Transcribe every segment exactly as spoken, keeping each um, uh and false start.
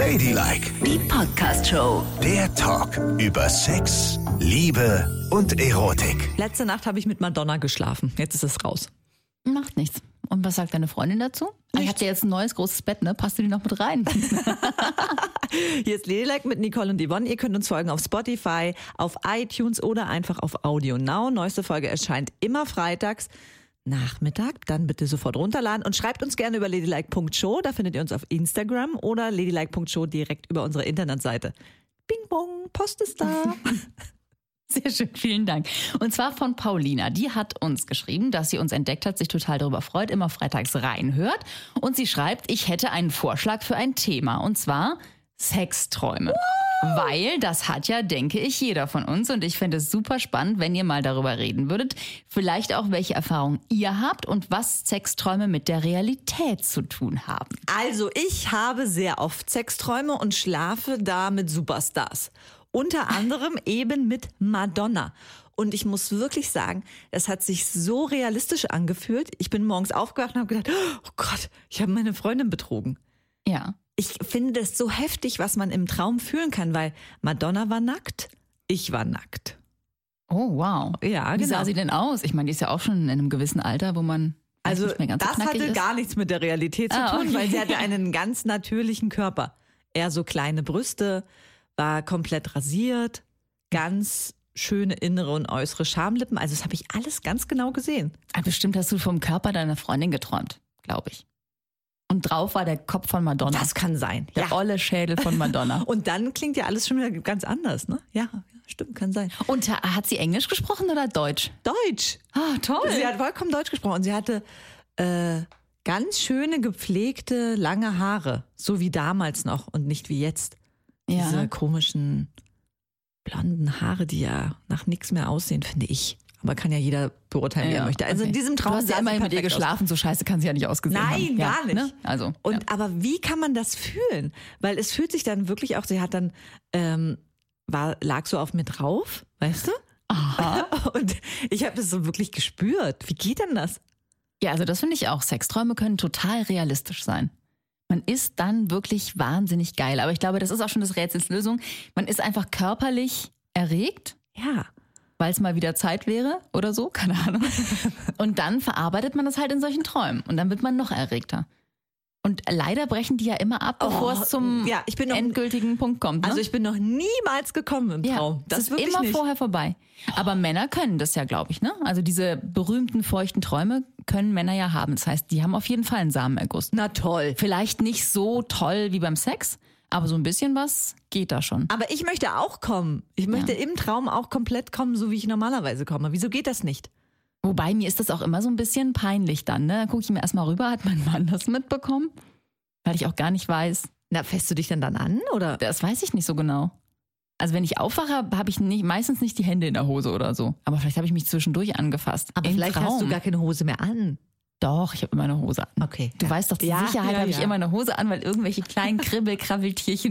Ladylike, Die Podcast-Show. der Talk über Sex, Liebe und Erotik. Letzte Nacht habe ich mit Madonna geschlafen. Jetzt ist es raus. Macht nichts. Und was sagt deine Freundin dazu? Ich hab dir jetzt ein neues großes Bett, ne? Passt du die noch mit rein? Hier ist Ladylike mit Nicole und Yvonne. Ihr könnt uns folgen auf Spotify, auf iTunes oder einfach auf Audio Now. Neueste Folge erscheint immer freitags. Nachmittag, dann bitte sofort runterladen und schreibt uns gerne über ladylike punkt show, da findet ihr uns auf Instagram oder ladylike punkt show direkt über unsere Internetseite. Bing bong, Post ist da. Sehr schön, vielen Dank. Und zwar von Paulina. Die hat uns geschrieben, dass sie uns entdeckt hat, sich total darüber freut, immer freitags reinhört. Und sie schreibt, ich hätte einen Vorschlag für ein Thema, und zwar Sexträume. Weil das hat ja, denke ich, jeder von uns. Und ich fände es super spannend, wenn ihr mal darüber reden würdet. Vielleicht auch, welche Erfahrungen ihr habt und was Sexträume mit der Realität zu tun haben. Also ich habe sehr oft Sexträume und schlafe da mit Superstars. Unter anderem eben mit Madonna. Und ich muss wirklich sagen, das hat sich so realistisch angefühlt. Ich bin morgens aufgewacht und habe gedacht, oh Gott, ich habe meine Freundin betrogen. Ja. Ich finde das so heftig, was man im Traum fühlen kann, weil Madonna war nackt, ich war nackt. Oh, wow. Ja, Wie genau. sah sie denn aus? Ich meine, die ist ja auch schon in einem gewissen Alter, wo man Also nicht mehr ganz so das knackig hatte ist. gar nichts mit der Realität zu Ah, tun, okay. weil sie hatte einen ganz natürlichen Körper. Eher so kleine Brüste, war komplett rasiert, ganz schöne innere und äußere Schamlippen. Also das habe ich alles ganz genau gesehen. Ah, bestimmt hast du vom Körper deiner Freundin geträumt, glaube ich. Und drauf war der Kopf von Madonna. Das kann sein. Der Ja. olle Schädel von Madonna. Und dann klingt ja alles schon wieder ganz anders, ne? Ja, ja, stimmt, kann sein. Und ha- hat sie Englisch gesprochen oder Deutsch? Deutsch. Ah, toll. Sie hat vollkommen Deutsch gesprochen und sie hatte äh, ganz schöne, gepflegte, lange Haare. So wie damals noch und nicht wie jetzt. Ja. Diese komischen blonden Haare, die ja nach nichts mehr aussehen, finde ich. Aber kann ja jeder beurteilen, wie er möchte. Also okay. in diesem Traum Du hast ja sah sie immerhin mit ihr perfekt aus. geschlafen, so scheiße kann sie ja nicht ausgesehen haben. Nein, Ja, gar nicht. Ne? Also, Und ja. aber wie kann man das fühlen? Weil es fühlt sich dann wirklich auch, sie hat dann, ähm, war, lag so auf mir drauf, weißt du? Aha. Und ich habe das so wirklich gespürt. Wie geht denn das? Ja, also das finde ich auch. Sexträume können total realistisch sein. Man ist dann wirklich wahnsinnig geil. Aber ich glaube, das ist auch schon das Rätsels Lösung. Man ist einfach körperlich erregt, Ja. weil es mal wieder Zeit wäre oder so, keine Ahnung. Und dann verarbeitet man das halt in solchen Träumen. Und dann wird man noch erregter. Und leider brechen die ja immer ab, bevor Oh, es zum ja, ich bin noch- endgültigen Punkt kommt. Ne? Also ich bin noch niemals gekommen im ja, Traum. das ist wirklich immer nicht. vorher vorbei. Aber Männer können das ja, glaube ich. Ne? Also diese berühmten feuchten Träume können Männer ja haben. Das heißt, die haben auf jeden Fall einen Samenerguss. Na toll. Vielleicht nicht so toll wie beim Sex, aber so ein bisschen was geht da schon. Aber ich möchte auch kommen. Ich möchte Ja. im Traum auch komplett kommen, so wie ich normalerweise komme. Wieso geht das nicht? Wobei, mir ist das auch immer so ein bisschen peinlich dann. Ne? Da gucke ich mir erstmal rüber, hat mein Mann das mitbekommen? Weil ich auch gar nicht weiß. Na, fässt du dich dann dann an, oder? Das weiß ich nicht so genau. Also wenn ich aufwache, habe ich nicht, meistens nicht die Hände in der Hose oder so. Aber vielleicht habe ich mich zwischendurch angefasst. Aber Im vielleicht Traum. hast du gar keine Hose mehr an. Doch, ich habe immer eine Hose an. Okay. Du ja. weißt doch, zur Ja, Sicherheit ja, habe ich ja. immer eine Hose an, weil irgendwelche kleinen Kribbel-Krabbeltierchen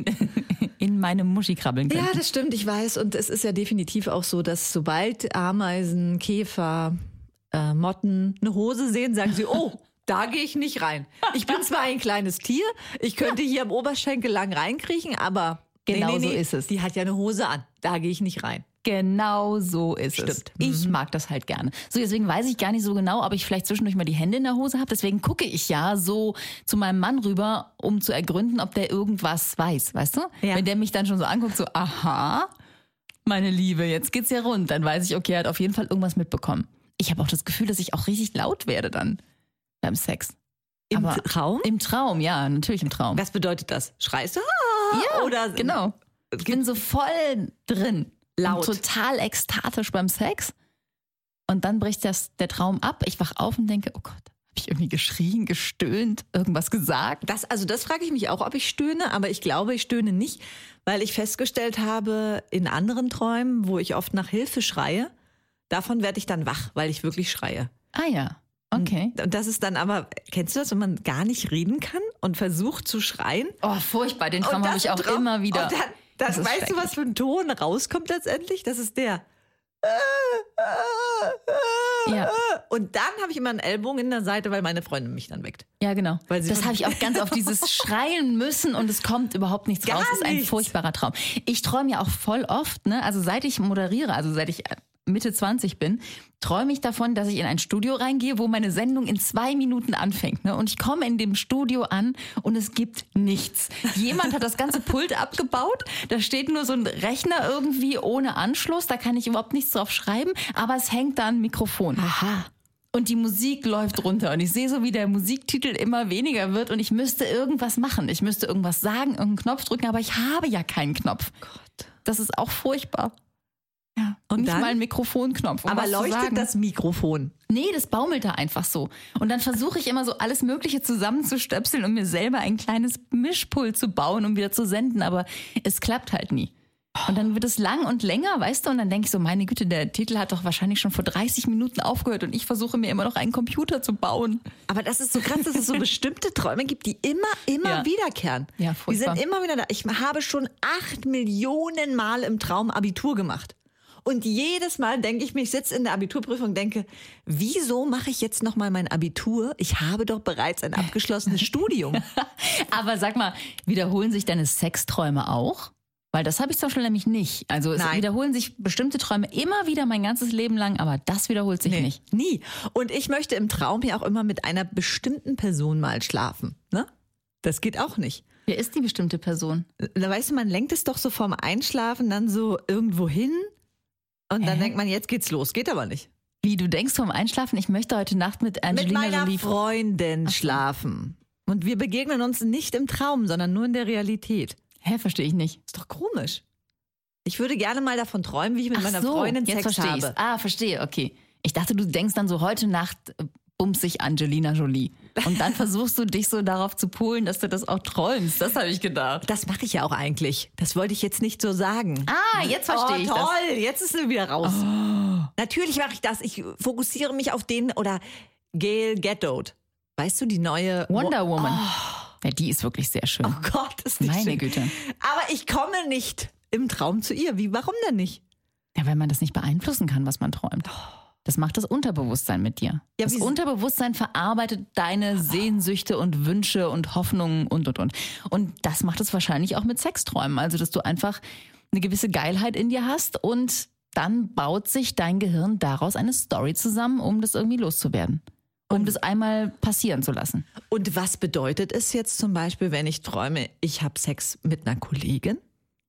in meine Muschi krabbeln können. Ja, das stimmt, ich weiß. Und es ist ja definitiv auch so, dass sobald Ameisen, Käfer, äh, Motten eine Hose sehen, sagen sie, oh, da gehe ich nicht rein. Ich bin zwar ein kleines Tier, ich könnte hier am Oberschenkel lang reinkriechen, aber Genau nee, nee, so nee, ist es. Die hat ja eine Hose an, da gehe ich nicht rein. Genau so ist es. Stimmt. Ich mag das halt gerne. So, deswegen weiß ich gar nicht so genau, ob ich vielleicht zwischendurch mal die Hände in der Hose habe. Deswegen gucke ich ja so zu meinem Mann rüber, um zu ergründen, ob der irgendwas weiß, weißt du? Ja. Wenn der mich dann schon so anguckt, so, aha, meine Liebe, jetzt geht's ja rund. Dann weiß ich, okay, er hat auf jeden Fall irgendwas mitbekommen. Ich habe auch das Gefühl, dass ich auch richtig laut werde dann beim Sex. Im Aber Traum? Im Traum, ja, natürlich im Traum. Was bedeutet das? Schreist du? Ah, Ja, oder genau. Ich bin so voll drin. Laut. Und total ekstatisch beim Sex. Und dann bricht das, der Traum ab. Ich wach auf und denke, oh Gott, habe ich irgendwie geschrien, gestöhnt, irgendwas gesagt? Das, also das frage ich mich auch, ob ich stöhne, aber ich glaube, ich stöhne nicht, weil ich festgestellt habe, in anderen Träumen, wo ich oft nach Hilfe schreie, davon werde ich dann wach, weil ich wirklich schreie. Ah ja, okay. Und das ist dann aber, kennst du das, wenn man gar nicht reden kann und versucht zu schreien? Oh, furchtbar, den Traum Und habe das ich im auch Traum- immer wieder. Und dann, dann Das ist weißt du, was für ein Ton rauskommt letztendlich? Das ist der. Ja. Und dann habe ich immer einen Ellbogen in der Seite, weil meine Freundin mich dann weckt. Ja, genau. Weil sie das von- habe ich auch ganz oft, dieses Schreien müssen und es kommt überhaupt nichts Gar raus. Das ist ein nichts. furchtbarer Traum. Ich träume ja auch voll oft, ne? Also seit ich moderiere, also seit ich Mitte zwanzig bin, träume ich davon, dass ich in ein Studio reingehe, wo meine Sendung in zwei Minuten anfängt. Ne? Und ich komme in dem Studio an und es gibt nichts. Jemand hat das ganze Pult abgebaut. Da steht nur so ein Rechner irgendwie ohne Anschluss. Da kann ich überhaupt nichts drauf schreiben. Aber es hängt da ein Mikrofon. Aha. Und die Musik läuft runter. Und ich sehe so, wie der Musiktitel immer weniger wird. Und ich müsste irgendwas machen. Ich müsste irgendwas sagen, irgendeinen Knopf drücken. Aber ich habe ja keinen Knopf. Gott. Das ist auch furchtbar. Ja, Und nicht dann? mal ein Mikrofonknopf. Um Aber was zu leuchtet sagen. das Mikrofon? Nee, das baumelt da einfach so. Und dann versuche ich immer so alles Mögliche zusammenzustöpseln und mir selber ein kleines Mischpult zu bauen, um wieder zu senden. Aber es klappt halt nie. Und dann wird es lang und länger, weißt du? Und dann denke ich so, meine Güte, der Titel hat doch wahrscheinlich schon vor dreißig Minuten aufgehört und ich versuche mir immer noch einen Computer zu bauen. Aber das ist so krass, dass es so bestimmte Träume gibt, die immer, immer Ja. wiederkehren. Ja, die furchtbar. sind immer wieder da. Ich habe schon acht Millionen Mal im Traum Abitur gemacht. Und jedes Mal denke ich mir, ich sitze in der Abiturprüfung und denke, wieso mache ich jetzt nochmal mein Abitur? Ich habe doch bereits ein abgeschlossenes Studium. Aber sag mal, wiederholen sich deine Sexträume auch? Weil das habe ich zum Beispiel nämlich nicht. Also es Nein. wiederholen sich bestimmte Träume immer wieder mein ganzes Leben lang, aber das wiederholt sich nicht. Nie. Und ich möchte im Traum ja auch immer mit einer bestimmten Person mal schlafen. Ne? Das geht auch nicht. Wer ist die bestimmte Person? Da weißt du, man lenkt es doch so vorm Einschlafen dann so irgendwo hin und dann Hä? denkt man, jetzt geht's los. Geht aber nicht. Wie, du denkst vorm Einschlafen, ich möchte heute Nacht mit Mit Angelina meiner Jolie... Freundin schlafen. Und wir begegnen uns nicht im Traum, sondern nur in der Realität. Hä, verstehe ich nicht. Ist doch komisch. Ich würde gerne mal davon träumen, wie ich mit Ach meiner so, Freundin jetzt Sex verstehe ich's. habe. Ah, verstehe, okay. Ich dachte, du denkst dann so, heute Nacht äh, bumst sich Angelina Jolie. Und dann versuchst du dich so darauf zu polen, dass du das auch träumst. Das habe ich gedacht. Das mache ich ja auch eigentlich. Das wollte ich jetzt nicht so sagen. Ah, jetzt verstehe oh, ich toll, das. jetzt ist sie wieder raus. Natürlich mache ich das. Ich fokussiere mich auf den oder Gail Gadot. Weißt du, die neue Wonder Woman. Ja, die ist wirklich sehr schön. Oh Gott, ist nicht Meine schön. Güte. Aber ich komme nicht im Traum zu ihr. Wie, warum denn nicht? Ja, weil man das nicht beeinflussen kann, was man träumt. Das macht das Unterbewusstsein mit dir. Ja, das wie- Unterbewusstsein verarbeitet deine Sehnsüchte und Wünsche und Hoffnungen und, und, und. Und das macht es wahrscheinlich auch mit Sexträumen. Also, dass du einfach eine gewisse Geilheit in dir hast und dann baut sich dein Gehirn daraus eine Story zusammen, um das irgendwie loszuwerden. Um das einmal passieren zu lassen. Und was bedeutet es jetzt zum Beispiel, wenn ich träume, ich habe Sex mit einer Kollegin?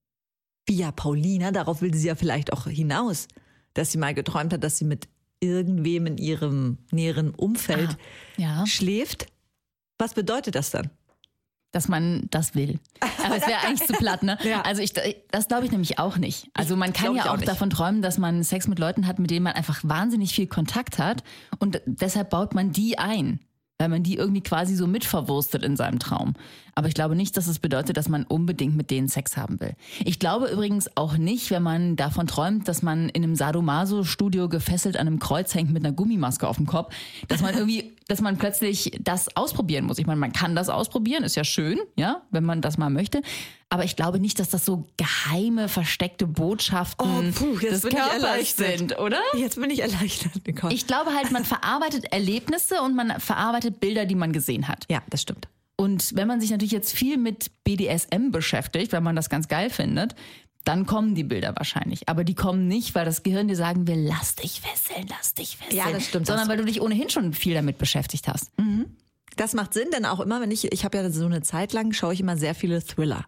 Wie ja Paulina, darauf will sie ja vielleicht auch hinaus, dass sie mal geträumt hat, dass sie mit irgendwem in ihrem näheren Umfeld Ah, ja. schläft. Was bedeutet das dann? Dass man das will. Aber es wäre eigentlich zu platt, ne? Ja. Also ich, das glaube ich nämlich auch nicht. Also man kann glaub ich ja auch auch nicht. davon träumen, dass man Sex mit Leuten hat, mit denen man einfach wahnsinnig viel Kontakt hat und deshalb baut man die ein, weil man die irgendwie quasi so mitverwurstet in seinem Traum. Aber ich glaube nicht, dass es bedeutet, dass man unbedingt mit denen Sex haben will. Ich glaube übrigens auch nicht, wenn man davon träumt, dass man in einem Sadomaso-Studio gefesselt an einem Kreuz hängt mit einer Gummimaske auf dem Kopf, dass man irgendwie, dass man plötzlich das ausprobieren muss. Ich meine, man kann das ausprobieren, ist ja schön, ja, wenn man das mal möchte. Aber ich glaube nicht, dass das so geheime, versteckte Botschaften Oh, puh, jetzt des bin ich Körpers erleichtert. sind, oder? Jetzt bin ich erleichtert, Nicole. Ich glaube halt, man verarbeitet Erlebnisse und man verarbeitet Bilder, die man gesehen hat. ja, das stimmt. Und wenn man sich natürlich jetzt viel mit B D S M beschäftigt, weil man das ganz geil findet, dann kommen die Bilder wahrscheinlich. Aber die kommen nicht, weil das Gehirn dir sagen will, lass dich fesseln, lass dich fesseln. Ja, das stimmt. Sondern Das- weil du dich ohnehin schon viel damit beschäftigt hast. Das macht Sinn, denn auch immer, wenn ich, ich habe ja so eine Zeit lang, schaue ich immer sehr viele Thriller.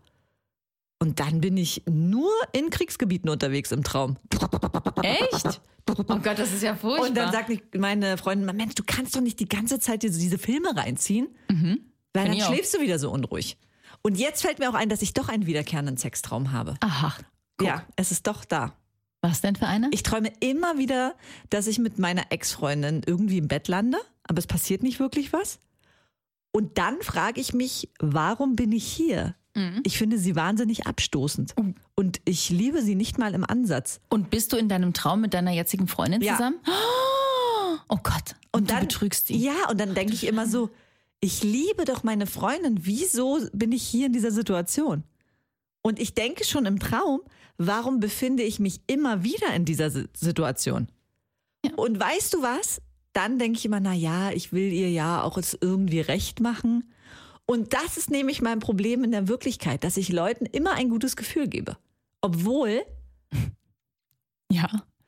Und dann bin ich nur in Kriegsgebieten unterwegs im Traum. Echt? Oh Gott, das ist ja furchtbar. Und dann sagt mich meine Freundin, Mensch, du kannst doch nicht die ganze Zeit diese, diese Filme reinziehen, weil Kenn dann ich auch. schläfst du wieder so unruhig. Und jetzt fällt mir auch ein, dass ich doch einen wiederkehrenden Sextraum habe. Aha. Guck. Ja, es ist doch da. Was denn für eine? Ich träume immer wieder, dass ich mit meiner Ex-Freundin irgendwie im Bett lande, aber es passiert nicht wirklich was. Und dann frage ich mich, warum bin ich hier? Mhm. Ich finde sie wahnsinnig abstoßend. Und ich liebe sie nicht mal im Ansatz. Und bist du in deinem Traum mit deiner jetzigen Freundin Ja. zusammen? Oh Gott. Und, Und dann du betrügst die. Ja, und dann denke ich immer so, ich liebe doch meine Freundin. Wieso bin ich hier in dieser Situation? Und ich denke schon im Traum, warum befinde ich mich immer wieder in dieser Si- Situation? Ja. Und weißt du was? Dann denke ich immer, na ja, ich will ihr ja auch es irgendwie recht machen. Und das ist nämlich mein Problem in der Wirklichkeit, dass ich Leuten immer ein gutes Gefühl gebe. Obwohl Ja.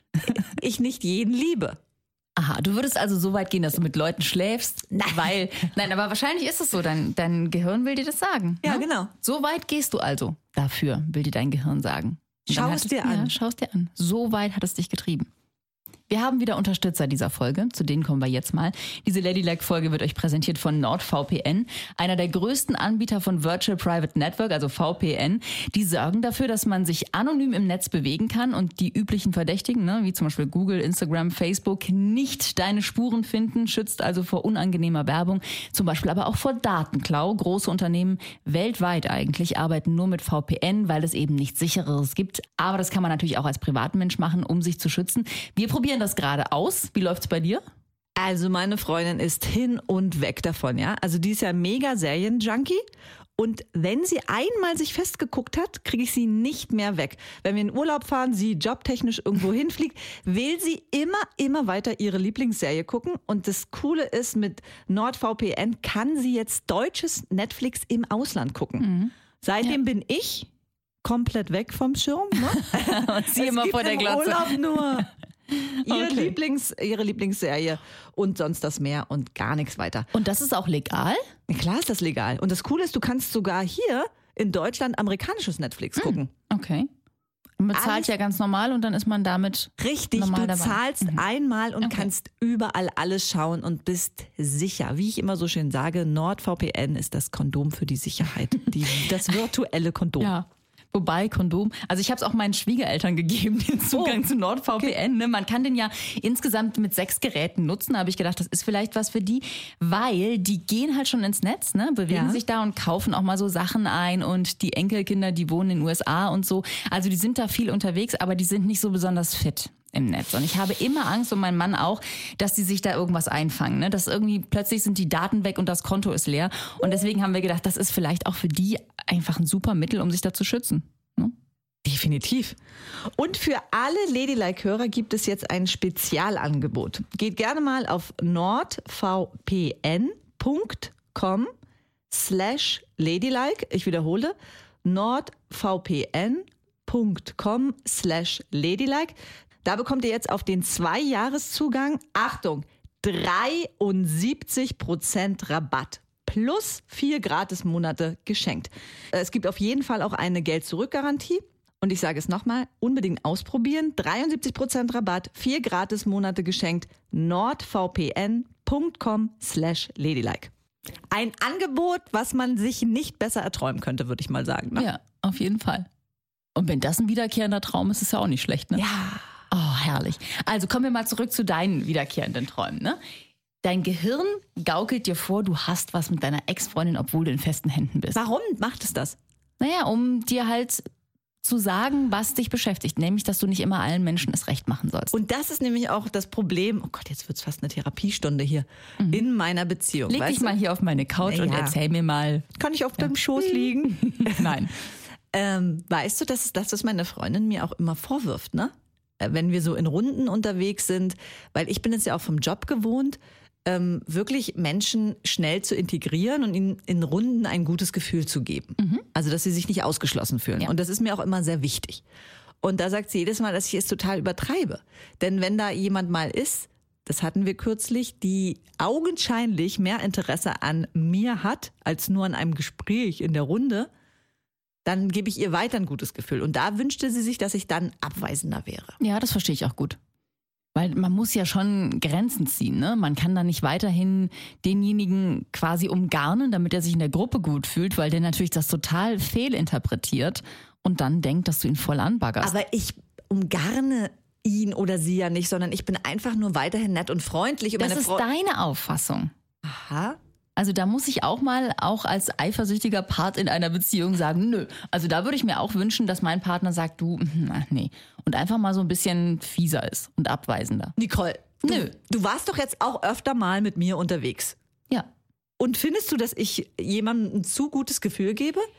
ich nicht jeden liebe. Aha, du würdest also so weit gehen, dass du mit Leuten schläfst, nein. weil, nein, aber wahrscheinlich ist es so, dein, dein Gehirn will dir das sagen. Ja, ne? genau. So weit gehst du also dafür, will dir dein Gehirn sagen. Und dann Schau hat es dir an. Ja, schau es dir an. So weit hat es dich getrieben. Wir haben wieder Unterstützer dieser Folge, zu denen kommen wir jetzt mal. Diese Ladylike-Folge wird euch präsentiert von NordVPN, einer der größten Anbieter von Virtual Private Network, also V P N. Die sorgen dafür, dass man sich anonym im Netz bewegen kann und die üblichen Verdächtigen, ne, wie zum Beispiel Google, Instagram, Facebook, nicht deine Spuren finden, schützt also vor unangenehmer Werbung, zum Beispiel aber auch vor Datenklau. Große Unternehmen weltweit eigentlich arbeiten nur mit V P N, weil es eben nichts Sichereres gibt. Aber das kann man natürlich auch als Privatmensch machen, um sich zu schützen. Wir probieren das gerade aus. Wie läuft's bei dir? Also meine Freundin ist hin und weg davon, ja. Also die ist ja mega Serienjunkie. Und wenn sie einmal sich festgeguckt hat, kriege ich sie nicht mehr weg. Wenn wir in Urlaub fahren, sie jobtechnisch irgendwo hinfliegt, will sie immer, immer weiter ihre Lieblingsserie gucken. Und das Coole ist, mit NordVPN kann sie jetzt deutsches Netflix im Ausland gucken. Mhm. Seitdem ja. bin ich komplett weg vom Schirm. Ne? Und sie Es immer gibt vor der im Glotze. Urlaub nur ihre, Okay. Lieblings, ihre Lieblingsserie und sonst das Meer und gar nichts weiter. Und das ist auch legal? Ja, klar ist das legal. Und das Coole ist, du kannst sogar hier in Deutschland amerikanisches Netflix gucken. Okay. Man bezahlt Alles- ja ganz normal und dann ist man damit Richtig, normal du dabei. zahlst einmal und Okay. kannst überall alles schauen und bist sicher. Wie ich immer so schön sage, NordVPN ist das Kondom für die Sicherheit. Die, das virtuelle Kondom. Ja. Wobei Kondom, also ich habe es auch meinen Schwiegereltern gegeben, den Zugang Oh, zu NordVPN. Ne? Man kann den ja insgesamt mit sechs Geräten nutzen. Da habe ich gedacht, das ist vielleicht was für die, weil die gehen halt schon ins Netz, ne? bewegen Ja. sich da und kaufen auch mal so Sachen ein. Und die Enkelkinder, die wohnen in den U S A und so. Also die sind da viel unterwegs, aber die sind nicht so besonders fit im Netz. Und ich habe immer Angst, und mein Mann auch, dass die sich da irgendwas einfangen. Ne? Dass irgendwie plötzlich sind die Daten weg und das Konto ist leer. Und deswegen haben wir gedacht, das ist vielleicht auch für die einfach ein super Mittel, um sich da zu schützen. Ne? Definitiv. Und für alle Ladylike-Hörer gibt es jetzt ein Spezialangebot. Geht gerne mal auf nordvpn.com slash ladylike. Ich wiederhole, nordvpn.com slash ladylike. Da bekommt ihr jetzt auf den Zwei-Jahres-Zugang, Achtung, dreiundsiebzig Prozent Rabatt. Plus vier Gratis-Monate geschenkt. Es gibt auf jeden Fall auch eine Geld-Zurück-Garantie. Und ich sage es nochmal, unbedingt ausprobieren. dreiundsiebzig Prozent Rabatt, vier Gratis-Monate geschenkt. nordvpn.com slash ladylike. Ein Angebot, was man sich nicht besser erträumen könnte, würde ich mal sagen. Ne? Ja, auf jeden Fall. Und wenn das ein wiederkehrender Traum ist, ist ja auch nicht schlecht, ne? Ja. Oh, herrlich. Also kommen wir mal zurück zu deinen wiederkehrenden Träumen, ne? Dein Gehirn gaukelt dir vor, du hast was mit deiner Ex-Freundin, obwohl du in festen Händen bist. Warum macht es das? Naja, um dir halt zu sagen, was dich beschäftigt. Nämlich, dass du nicht immer allen Menschen es recht machen sollst. Und das ist nämlich auch das Problem, oh Gott, jetzt wird es fast eine Therapiestunde hier, in meiner Beziehung. Leg weißt dich du? mal hier auf meine Couch Na und ja. erzähl mir mal. Kann ich auf deinem Schoß liegen? Nein. Ähm, weißt du, das ist das, was meine Freundin mir auch immer vorwirft, ne? Äh, Wenn wir so in Runden unterwegs sind, weil ich bin es ja auch vom Job gewohnt, ähm, wirklich Menschen schnell zu integrieren und ihnen in Runden ein gutes Gefühl zu geben. Also, dass sie sich nicht ausgeschlossen fühlen. Ja. Und das ist mir auch immer sehr wichtig. Und da sagt sie jedes Mal, dass ich es total übertreibe. Denn wenn da jemand mal ist, das hatten wir kürzlich, die augenscheinlich mehr Interesse an mir hat, als nur an einem Gespräch in der Runde, dann gebe ich ihr weiter ein gutes Gefühl. Und da wünschte sie sich, dass ich dann abweisender wäre. Ja, das verstehe ich auch gut. Weil man muss ja schon Grenzen ziehen, ne? Man kann da nicht weiterhin denjenigen quasi umgarnen, damit er sich in der Gruppe gut fühlt, weil der natürlich das total fehlinterpretiert und dann denkt, dass du ihn voll anbaggerst. Aber ich umgarne ihn oder sie ja nicht, sondern ich bin einfach nur weiterhin nett und freundlich. Und das meine ist Frau- deine Auffassung. Aha. Also da muss ich auch mal auch als eifersüchtiger Part in einer Beziehung sagen, nö. Also da würde ich mir auch wünschen, dass mein Partner sagt, du, na, nee. Und einfach mal so ein bisschen fieser ist und abweisender. Nicole, du, Nö. du warst doch jetzt auch öfter mal mit mir unterwegs. Ja. Und findest du, dass ich jemandem ein zu gutes Gefühl gebe?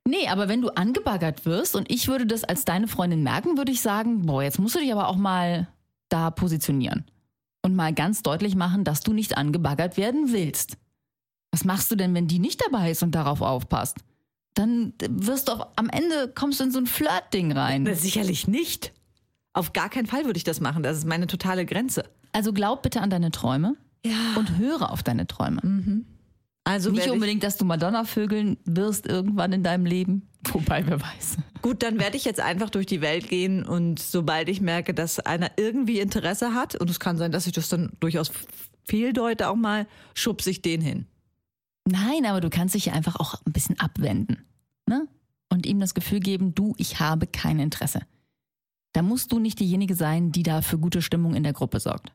Nee, aber wenn du angebaggert wirst und ich würde das als deine Freundin merken, würde ich sagen, boah, jetzt musst du dich aber auch mal da positionieren und mal ganz deutlich machen, dass du nicht angebaggert werden willst. Was machst du denn, wenn die nicht dabei ist und darauf aufpasst? Dann wirst du auf, am Ende kommst du in so ein Flirt-Ding rein. Na, sicherlich nicht. Auf gar keinen Fall würde ich das machen. Das ist meine totale Grenze. Also glaub bitte an deine Träume Ja. und höre auf deine Träume. Mhm. Also Nicht werde ich- unbedingt, dass du Madonna vögeln wirst irgendwann in deinem Leben. Wobei, wer weiß. Gut, dann werde ich jetzt einfach durch die Welt gehen und sobald ich merke, dass einer irgendwie Interesse hat, und es kann sein, dass ich das dann durchaus fehldeute auch mal, schubse ich den hin. Nein, aber du kannst dich ja einfach auch ein bisschen abwenden. Ne? Und ihm das Gefühl geben, du, ich habe kein Interesse. Da musst du nicht diejenige sein, die da für gute Stimmung in der Gruppe sorgt.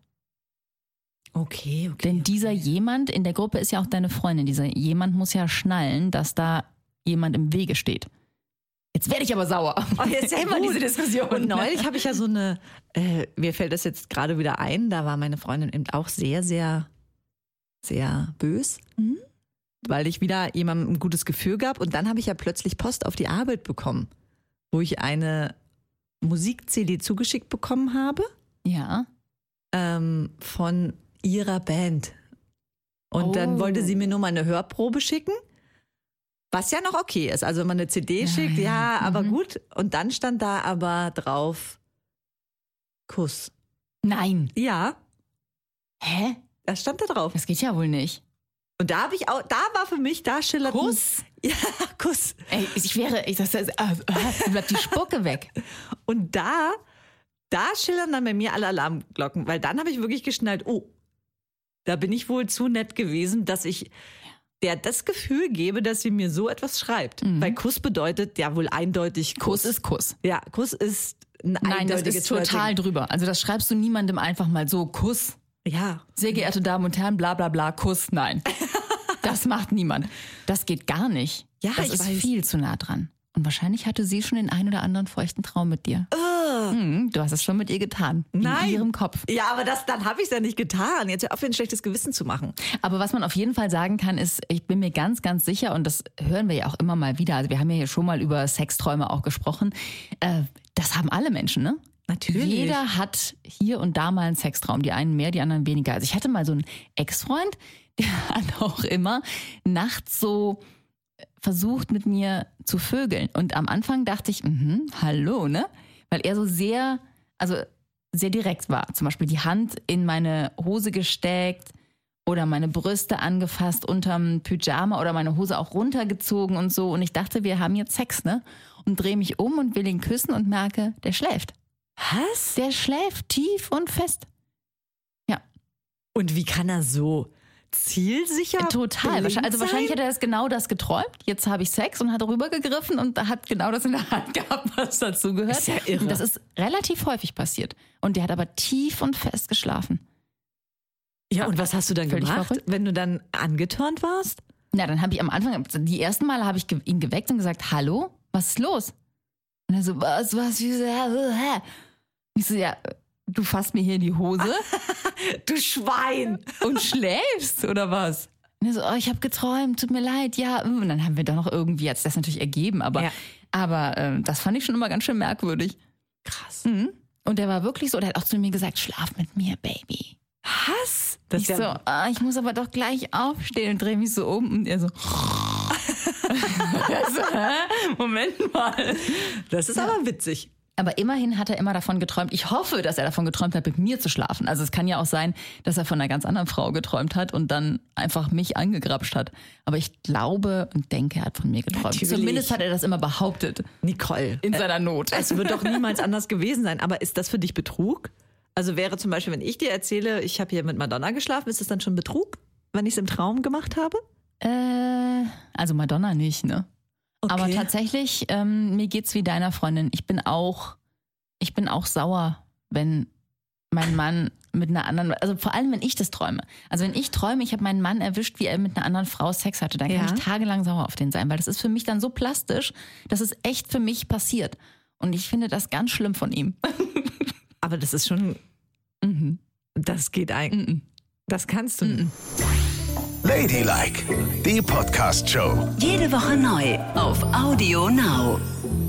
Okay, okay. Denn dieser jemand in der Gruppe ist ja auch deine Freundin. Dieser jemand muss ja schnallen, dass da jemand im Wege steht. Jetzt werde ich aber sauer. Oh, jetzt ja Immer gut. diese Diskussion. Und neulich habe ich ja so eine, äh, mir fällt das jetzt gerade wieder ein, da war meine Freundin eben auch sehr, sehr, sehr bös, Mhm. weil ich wieder jemandem ein gutes Gefühl gab. Und dann habe ich ja plötzlich Post auf die Arbeit bekommen, wo ich eine Musik-C D zugeschickt bekommen habe Ja. ähm, von ihrer Band. Und Oh. dann wollte sie mir nur mal eine Hörprobe schicken. Was ja noch okay ist. Also wenn man eine C D Ja, schickt, ja, ja. aber Mhm. gut. Und dann stand da aber drauf Kuss. Nein. Ja, Hä? das stand da drauf. Das geht ja wohl nicht. Und da habe ich auch, da war für mich, da schillert Kuss? Ja, Kuss. Ey, ich wäre, ich das, das, äh, äh, bleibt die Spucke weg. Und da, da schillern dann bei mir alle Alarmglocken, weil dann habe ich wirklich geschnallt, oh, da bin ich wohl zu nett gewesen, dass ich der das Gefühl gebe, dass sie mir so etwas schreibt. Mhm. Weil Kuss bedeutet ja wohl eindeutig Kuss. Kuss ist Kuss. Ja, Kuss ist ein Nein, das eindeutiges ist total Flirting. drüber. Also das schreibst du niemandem einfach mal so, Kuss. Ja, Sehr geehrte Damen und Herren, bla bla bla, Kuss, nein. Das macht niemand. Das geht gar nicht. Ja, das ich ist weiß. viel zu nah dran. Und wahrscheinlich hatte sie schon den ein oder anderen feuchten Traum mit dir. Ugh. Hm, du hast es schon mit ihr getan. Nein. In ihrem Kopf. Ja, aber das, dann habe ich es ja nicht getan. Jetzt hör auf, mir ein schlechtes Gewissen zu machen. Aber was man auf jeden Fall sagen kann, ist, ich bin mir ganz, ganz sicher, und das hören wir ja auch immer mal wieder, also wir haben ja hier schon mal über Sexträume auch gesprochen, äh, das haben alle Menschen, ne? Natürlich. Jeder hat hier und da mal einen Sextraum. Die einen mehr, die anderen weniger. Also ich hatte mal so einen Ex-Freund, der hat auch immer nachts so versucht, mit mir zu vögeln. Und am Anfang dachte ich, mhm, hallo, ne? Weil er so sehr, also sehr direkt war. Zum Beispiel die Hand in meine Hose gesteckt oder meine Brüste angefasst unterm Pyjama oder meine Hose auch runtergezogen und so. Und ich dachte, wir haben jetzt Sex, ne? Und drehe mich um und will ihn küssen und merke, der schläft. Was? Der schläft tief und fest. Ja, Und wie kann er so zielsicher total. blind Wahrscheinlich, also wahrscheinlich sein? hat er das genau das geträumt. Jetzt habe ich Sex und hat rübergegriffen und hat genau das in der Hand gehabt, was dazu gehört. Ist ja irre. Und das ist relativ häufig passiert. Und der hat aber tief und fest geschlafen. Ja, und was hast du dann Völlig gemacht, verrückt. wenn du dann angetörnt warst? Na, dann habe ich am Anfang, die ersten Male habe ich ge- ihn geweckt und gesagt, hallo, was ist los? Und er so, was, was, wie, hä? Ich so, ja, du fasst mir hier in die Hose Du Schwein! und schläfst oder was? Und er so, oh, ich habe geträumt, tut mir leid, ja. Und dann haben wir doch noch irgendwie jetzt das natürlich ergeben, aber, Ja. aber äh, das fand ich schon immer ganz schön merkwürdig. Krass. Mhm. Und der war wirklich so, der hat auch zu mir gesagt, schlaf mit mir, Baby. Was? Das Ich ist so, ja, ah, ich muss aber doch gleich aufstehen und drehe mich so um. Und er so, er so hä? Moment mal. das ist aber witzig. Aber immerhin hat er immer davon geträumt. Ich hoffe, dass er davon geträumt hat, mit mir zu schlafen. Also es kann ja auch sein, dass er von einer ganz anderen Frau geträumt hat und dann einfach mich angegrapscht hat. Aber ich glaube und denke, er hat von mir geträumt. Natürlich. Zumindest hat er das immer behauptet. Nicole. In seiner Not. Es wird doch niemals anders gewesen sein. Aber ist das für dich Betrug? Also wäre zum Beispiel, wenn ich dir erzähle, ich habe hier mit Madonna geschlafen, ist das dann schon Betrug, wenn ich es im Traum gemacht habe? Äh, also Madonna nicht, ne? Okay. Aber tatsächlich, ähm, mir geht's wie deiner Freundin. Ich bin auch, ich bin auch sauer, wenn mein Mann mit einer anderen, also vor allem, wenn ich das träume. Also wenn ich träume, ich habe meinen Mann erwischt, wie er mit einer anderen Frau Sex hatte, dann kann Ja. ich tagelang sauer auf den sein, weil das ist für mich dann so plastisch, dass es echt für mich passiert. Und ich finde das ganz schlimm von ihm. Aber das ist schon, Mhm. das geht eigentlich. Mhm. Das kannst du nicht. Ladylike, die Podcast-Show. Jede Woche neu auf Audio Now.